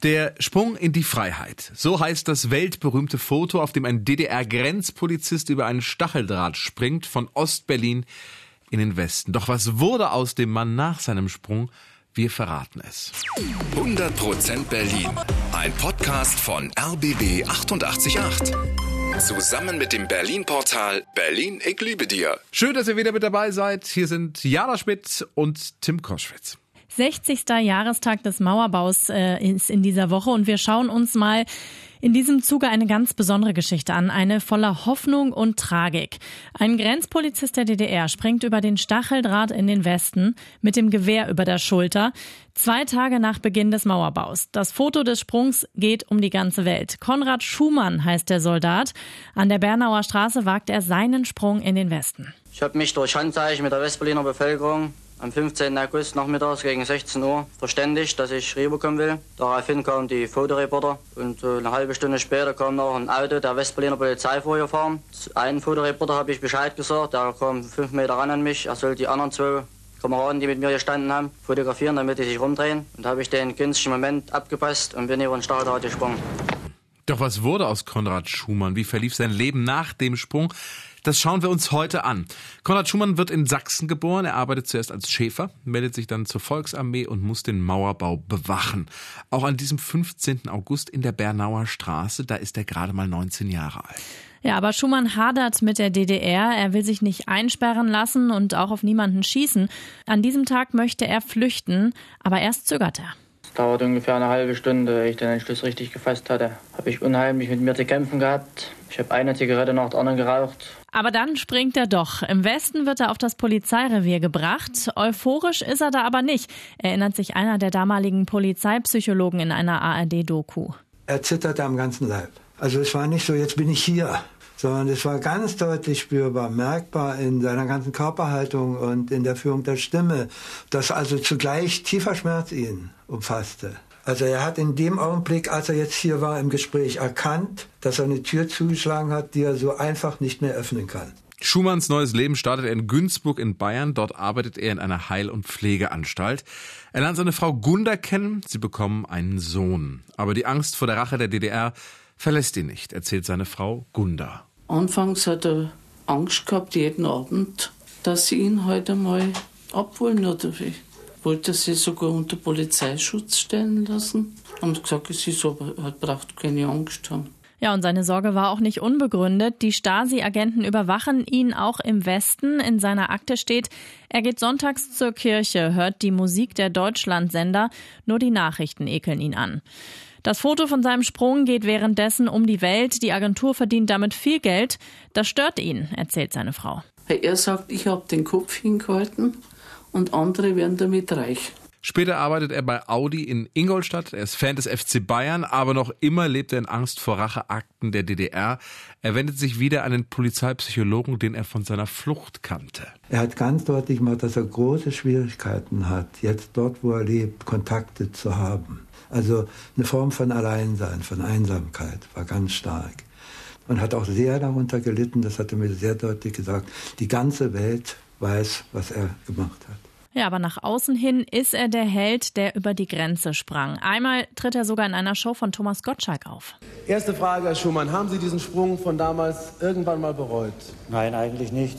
Der Sprung in die Freiheit. So heißt das weltberühmte Foto, auf dem ein DDR-Grenzpolizist über einen Stacheldraht springt von Ostberlin in den Westen. Doch was wurde aus dem Mann nach seinem Sprung? Wir verraten es. 100% Berlin. Ein Podcast von RBB 888. Zusammen mit dem Berlin-Portal Berlin, ich liebe dir. Schön, dass ihr wieder mit dabei seid. Hier sind Jana Schmidt und Tim Koschwitz. 60. Jahrestag des Mauerbaus ist in dieser Woche und wir schauen uns mal in diesem Zuge eine ganz besondere Geschichte an, eine voller Hoffnung und Tragik. Ein Grenzpolizist der DDR springt über den Stacheldraht in den Westen mit dem Gewehr über der Schulter, 2 Tage nach Beginn des Mauerbaus. Das Foto des Sprungs geht um die ganze Welt. Konrad Schumann heißt der Soldat. An der Bernauer Straße wagt er seinen Sprung in den Westen. Ich habe mich durch Handzeichen mit der Westberliner Bevölkerung am 15. August nachmittags gegen 16 Uhr verständigt, dass ich rüberkommen will. Daraufhin kamen die Fotoreporter und eine halbe Stunde später kam noch ein Auto der Westberliner Polizei vorgefahren. Einen Fotoreporter habe ich Bescheid gesagt, der kam 5 Meter ran an mich. Er sollte die anderen 2 Kameraden, die mit mir gestanden haben, fotografieren, damit die sich rumdrehen. Und da habe ich den günstigen Moment abgepasst und bin über den Stacheldraht gesprungen. Doch was wurde aus Konrad Schumann? Wie verlief sein Leben nach dem Sprung? Das schauen wir uns heute an. Konrad Schumann wird in Sachsen geboren. Er arbeitet zuerst als Schäfer, meldet sich dann zur Volksarmee und muss den Mauerbau bewachen. Auch an diesem 15. August in der Bernauer Straße, da ist er gerade mal 19 Jahre alt. Ja, aber Schumann hadert mit der DDR. Er will sich nicht einsperren lassen und auch auf niemanden schießen. An diesem Tag möchte er flüchten, aber erst zögert er. Es dauert ungefähr eine halbe Stunde, ehe ich den Entschluss richtig gefasst hatte. Habe ich unheimlich mit mir zu kämpfen gehabt. Ich habe eine Zigarette nach der anderen geraucht. Aber dann springt er doch. Im Westen wird er auf das Polizeirevier gebracht. Euphorisch ist er da aber nicht, erinnert sich einer der damaligen Polizeipsychologen in einer ARD-Doku. Er zitterte am ganzen Leib. Also es war nicht so, jetzt bin ich hier, sondern es war ganz deutlich spürbar, merkbar in seiner ganzen Körperhaltung und in der Führung der Stimme, dass also zugleich tiefer Schmerz ihn umfasste. Also er hat in dem Augenblick, als er jetzt hier war im Gespräch, erkannt, dass er eine Tür zugeschlagen hat, die er so einfach nicht mehr öffnen kann. Schumanns neues Leben startet er in Günzburg in Bayern. Dort arbeitet er in einer Heil- und Pflegeanstalt. Er lernt seine Frau Gunda kennen. Sie bekommen einen Sohn. Aber die Angst vor der Rache der DDR verlässt ihn nicht, erzählt seine Frau Gunda. Anfangs hat er Angst gehabt, jeden Abend, dass sie ihn heute mal abholen oder wie. Wollte sie sogar unter Polizeischutz stellen lassen. Haben gesagt, es ist aber, er braucht keine Angst haben. Ja, und seine Sorge war auch nicht unbegründet. Die Stasi-Agenten überwachen ihn auch im Westen. In seiner Akte steht, er geht sonntags zur Kirche, hört die Musik der Deutschlandsender, nur die Nachrichten ekeln ihn an. Das Foto von seinem Sprung geht währenddessen um die Welt. Die Agentur verdient damit viel Geld. Das stört ihn, erzählt seine Frau. Er sagt, ich habe den Kopf hingehalten und andere werden damit reich. Später arbeitet er bei Audi in Ingolstadt. Er ist Fan des FC Bayern, aber noch immer lebt er in Angst vor Racheakten der DDR. Er wendet sich wieder an den Polizeipsychologen, den er von seiner Flucht kannte. Er hat ganz deutlich gemacht, dass er große Schwierigkeiten hat, jetzt dort, wo er lebt, Kontakte zu haben. Also eine Form von Alleinsein, von Einsamkeit war ganz stark. Und hat auch sehr darunter gelitten, das hat er mir sehr deutlich gesagt, die ganze Welt weiß, was er gemacht hat. Ja, aber nach außen hin ist er der Held, der über die Grenze sprang. Einmal tritt er sogar in einer Show von Thomas Gottschalk auf. Erste Frage, Herr Schumann, haben Sie diesen Sprung von damals irgendwann mal bereut? Nein, eigentlich nicht.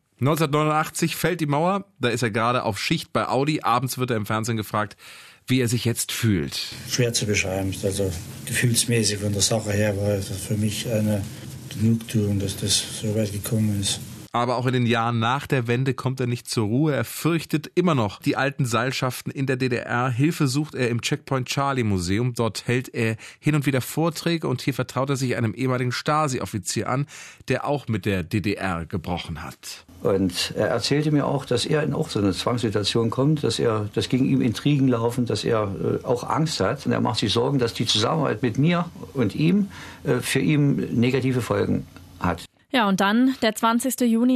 1989 fällt die Mauer, da ist er gerade auf Schicht bei Audi. Abends wird er im Fernsehen gefragt, wie er sich jetzt fühlt. Schwer zu beschreiben. Also gefühlsmäßig von der Sache her war es für mich eine Genugtuung, dass das so weit gekommen ist. Aber auch in den Jahren nach der Wende kommt er nicht zur Ruhe. Er fürchtet immer noch die alten Seilschaften in der DDR. Hilfe sucht er im Checkpoint Charlie Museum. Dort hält er hin und wieder Vorträge und hier vertraut er sich einem ehemaligen Stasi-Offizier an, der auch mit der DDR gebrochen hat. Und er erzählte mir auch, dass er in auch so eine Zwangssituation kommt, dass gegen ihn Intrigen laufen, dass er auch Angst hat. Und er macht sich Sorgen, dass die Zusammenarbeit mit mir und ihm für ihn negative Folgen hat. Ja, und dann der 20. Juni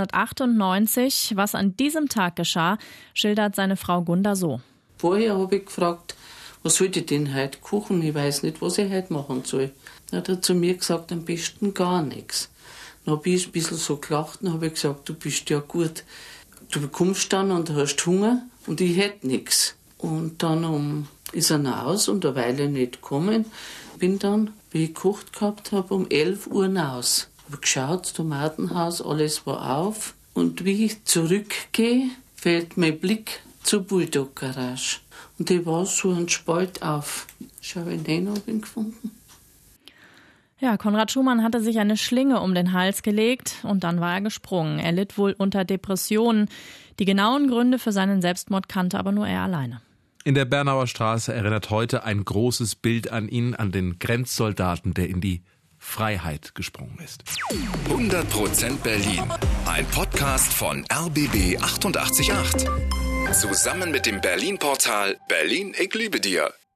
1998. Was an diesem Tag geschah, schildert seine Frau Gunda so. Vorher habe ich gefragt, was soll ich denn heute kochen? Ich weiß nicht, was ich heute machen soll. Dann hat er zu mir gesagt, am besten gar nichts. Dann habe ich ein bisschen so gelacht und habe gesagt, du bist ja gut. Du kommst dann und hast Hunger und ich hätte nichts. Und dann ist er raus und eine Weile nicht gekommen. Bin dann, wie ich gekocht gehabt habe, um 11 Uhr raus. Habe geschaut, Tomatenhaus, alles war auf. Und wie ich zurückgehe, fällt mein Blick zur Bulldog-Garage. Und die war so ein Spalt auf. Schau, in den habe ich ihn gefunden. Ja, Konrad Schumann hatte sich eine Schlinge um den Hals gelegt und dann war er gesprungen. Er litt wohl unter Depressionen. Die genauen Gründe für seinen Selbstmord kannte aber nur er alleine. In der Bernauer Straße erinnert heute ein großes Bild an ihn, an den Grenzsoldaten, der in die Freiheit gesprungen ist. 100% Berlin. Ein Podcast von RBB 888. Zusammen mit dem Berlin-Portal Berlin, ich liebe dir.